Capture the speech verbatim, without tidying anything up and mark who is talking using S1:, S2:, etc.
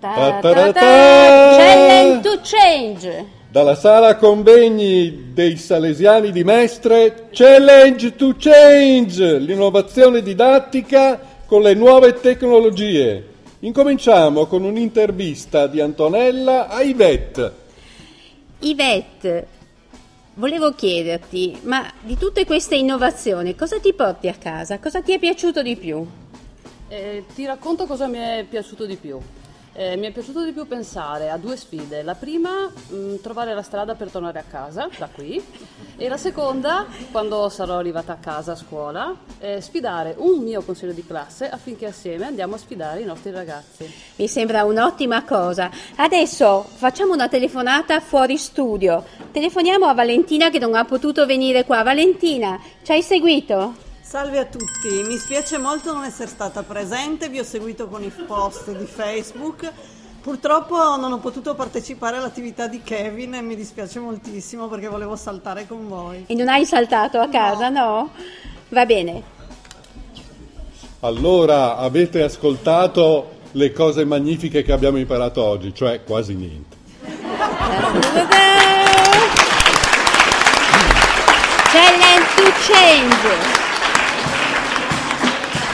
S1: Ta ta ta ta.
S2: Challenge to change.
S1: Dalla sala convegni dei Salesiani di Mestre, Challenge to Change, l'innovazione didattica con le nuove tecnologie. Incominciamo con un'intervista di Antonella a Yvette.
S2: Yvette, volevo chiederti, ma di tutte queste innovazioni, cosa ti porti a casa? Cosa ti è piaciuto di più?
S3: Eh, ti racconto cosa mi è piaciuto di più. Eh, mi è piaciuto di più pensare a due sfide. La prima, mh, trovare la strada per tornare a casa, da qui. E la seconda, quando sarò arrivata a casa a scuola, eh, sfidare un mio consiglio di classe affinché assieme andiamo a sfidare i nostri ragazzi.
S2: Mi sembra un'ottima cosa. Adesso facciamo una telefonata fuori studio. Telefoniamo a Valentina che non ha potuto venire qua. Valentina, ci hai seguito?
S4: Salve a tutti, mi spiace molto non essere stata presente, vi ho seguito con i post di Facebook, purtroppo non ho potuto partecipare all'attività di Kevin e mi dispiace moltissimo perché volevo saltare con voi.
S2: E non hai saltato a casa, no? no? Va bene.
S1: Allora avete ascoltato le cose magnifiche che abbiamo imparato oggi, cioè quasi niente.
S2: Challenge to change.